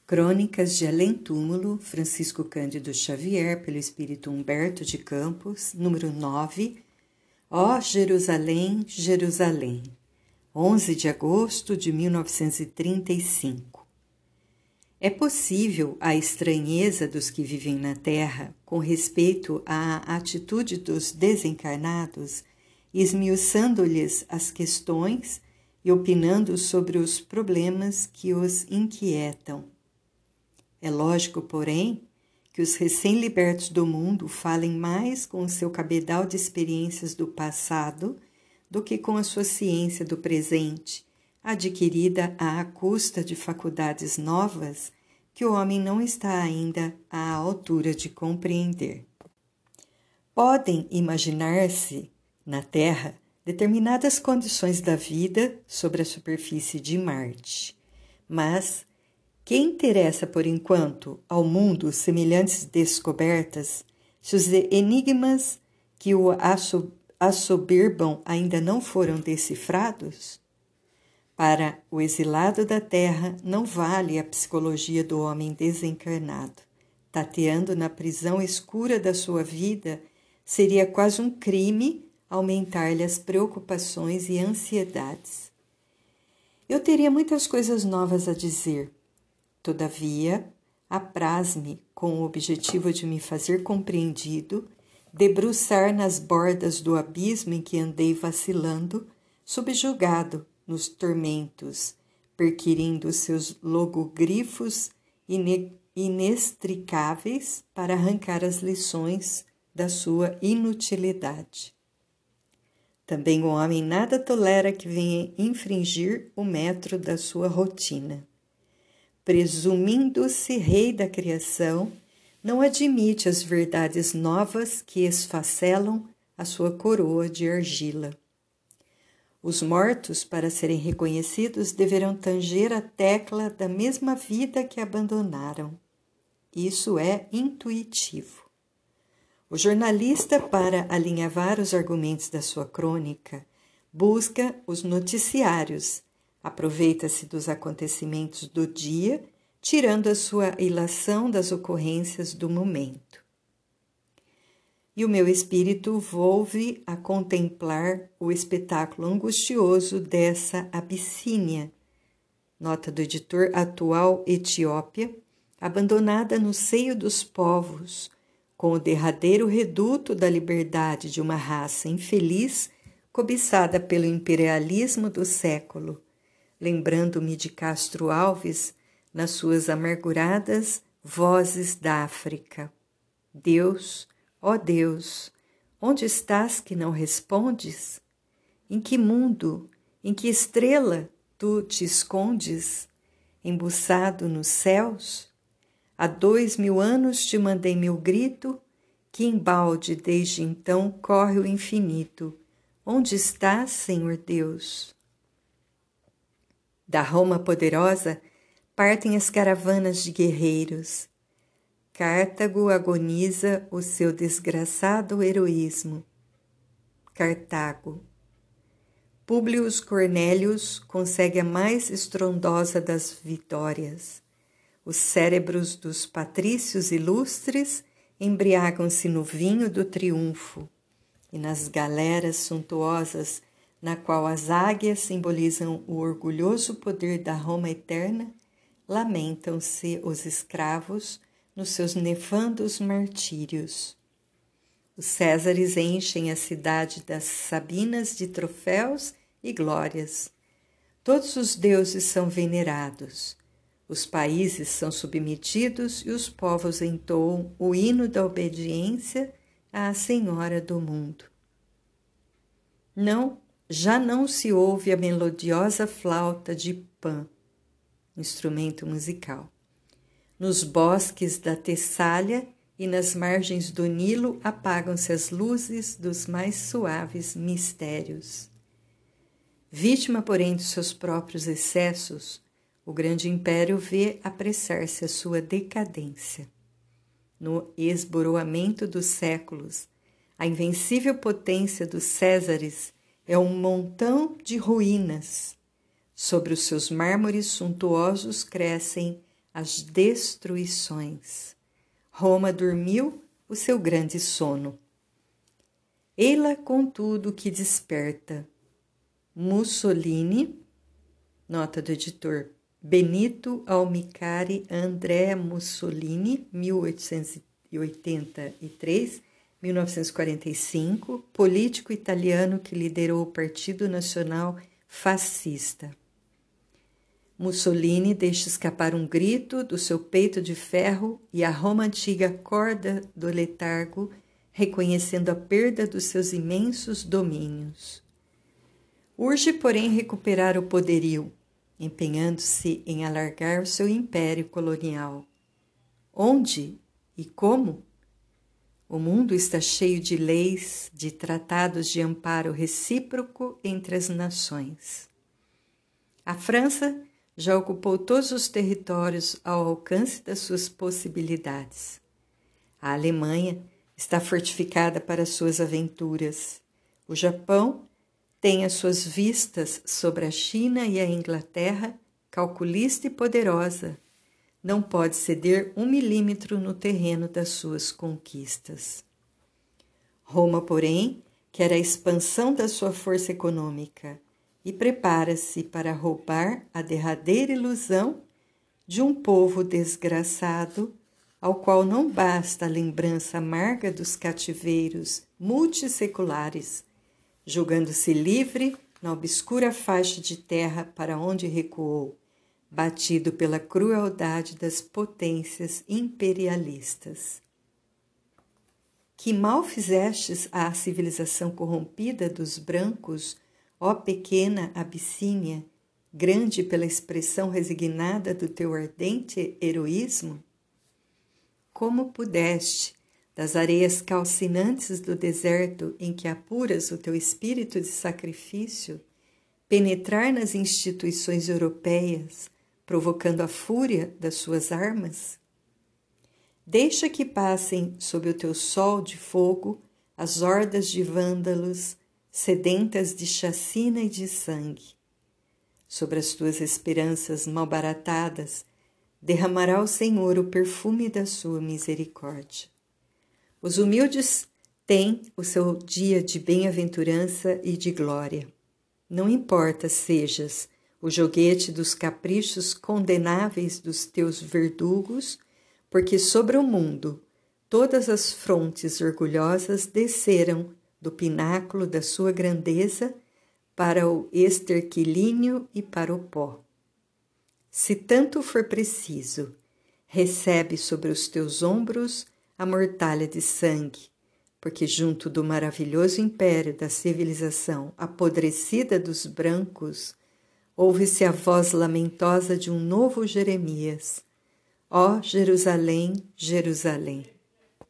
Crônicas de Além-Túmulo, Francisco Cândido Xavier, pelo Espírito Humberto de Campos, número 9. Ó Jerusalém, Jerusalém, 11 de agosto de 1935. É possível a estranheza dos que vivem na Terra com respeito à atitude dos desencarnados, esmiuçando-lhes as questões e opinando sobre os problemas que os inquietam. É lógico, porém, que os recém-libertos do mundo falem mais com o seu cabedal de experiências do passado do que com a sua ciência do presente, adquirida à custa de faculdades novas que o homem não está ainda à altura de compreender. Podem imaginar-se, na Terra, determinadas condições da vida sobre a superfície de Marte, mas que interessa, por enquanto, ao mundo semelhantes descobertas, se os enigmas que o assoberbam ainda não foram decifrados? Para o exilado da Terra, não vale a psicologia do homem desencarnado. Tateando na prisão escura da sua vida, seria quase um crime aumentar-lhe as preocupações e ansiedades. Eu teria muitas coisas novas a dizer. Todavia, apraz-me, com o objetivo de me fazer compreendido, debruçar nas bordas do abismo em que andei vacilando, subjugado nos tormentos, perquirindo seus logogrifos inextricáveis para arrancar as lições da sua inutilidade. Também o homem nada tolera que venha infringir o metro da sua rotina. Presumindo-se rei da criação, não admite as verdades novas que esfacelam a sua coroa de argila. Os mortos, para serem reconhecidos, deverão tanger a tecla da mesma vida que abandonaram. Isso é intuitivo. O jornalista, para alinhavar os argumentos da sua crônica, busca os noticiários, aproveita-se dos acontecimentos do dia, tirando a sua ilação das ocorrências do momento. E o meu espírito volve a contemplar o espetáculo angustioso dessa Abissínia, nota do editor, atual Etiópia, abandonada no seio dos povos, com o derradeiro reduto da liberdade de uma raça infeliz cobiçada pelo imperialismo do século, lembrando-me de Castro Alves nas suas amarguradas vozes da África. Deus, ó Deus, onde estás que não respondes? Em que mundo, em que estrela tu te escondes, embuçado nos céus? Há 2000 anos te mandei meu grito, que embalde desde então corre o infinito. Onde estás, Senhor Deus? Da Roma poderosa partem as caravanas de guerreiros. Cartago agoniza o seu desgraçado heroísmo. Cartago. Públio Cornélios consegue a mais estrondosa das vitórias. Os cérebros dos patrícios ilustres embriagam-se no vinho do triunfo, e nas galeras suntuosas na qual as águias simbolizam o orgulhoso poder da Roma eterna, lamentam-se os escravos nos seus nefandos martírios. Os Césares enchem a cidade das Sabinas de troféus e glórias. Todos os deuses são venerados. Os países são submetidos e os povos entoam o hino da obediência à Senhora do mundo. Já não se ouve a melodiosa flauta de Pan, instrumento musical. Nos bosques da Tessália e nas margens do Nilo apagam-se as luzes dos mais suaves mistérios. Vítima, porém, dos seus próprios excessos, o grande império vê apressar-se a sua decadência. No esboroamento dos séculos, a invencível potência dos Césares é um montão de ruínas. Sobre os seus mármores suntuosos crescem as destruições. Roma dormiu o seu grande sono. Ei-la, contudo, que desperta. Mussolini, nota do editor, Benito Almicari Andrea Mussolini, 1883-1945, político italiano que liderou o Partido Nacional Fascista. Mussolini deixa escapar um grito do seu peito de ferro e a Roma antiga acorda do letargo, reconhecendo a perda dos seus imensos domínios. Urge, porém, recuperar o poderio, empenhando-se em alargar o seu império colonial. Onde e como? O mundo está cheio de leis, de tratados de amparo recíproco entre as nações. A França já ocupou todos os territórios ao alcance das suas possibilidades. A Alemanha está fortificada para suas aventuras. O Japão tem as suas vistas sobre a China e a Inglaterra, calculista e poderosa. Não pode ceder 1 milímetro no terreno das suas conquistas. Roma, porém, quer a expansão da sua força econômica e prepara-se para roubar a derradeira ilusão de um povo desgraçado, ao qual não basta a lembrança amarga dos cativeiros multisseculares, julgando-se livre na obscura faixa de terra para onde recuou, batido pela crueldade das potências imperialistas. Que mal fizestes à civilização corrompida dos brancos, ó pequena Abissínia, grande pela expressão resignada do teu ardente heroísmo? Como pudeste, das areias calcinantes do deserto em que apuras o teu espírito de sacrifício, penetrar nas instituições europeias, provocando a fúria das suas armas? Deixa que passem sob o teu sol de fogo as hordas de vândalos, sedentas de chacina e de sangue. Sobre as tuas esperanças malbaratadas, derramará o Senhor o perfume da sua misericórdia. Os humildes têm o seu dia de bem-aventurança e de glória. Não importa sejas o joguete dos caprichos condenáveis dos teus verdugos, porque sobre o mundo todas as frontes orgulhosas desceram do pináculo da sua grandeza para o esterquilínio e para o pó. Se tanto for preciso, recebe sobre os teus ombros a mortalha de sangue, porque junto do maravilhoso império da civilização apodrecida dos brancos, ouve-se a voz lamentosa de um novo Jeremias. Ó Jerusalém, Jerusalém!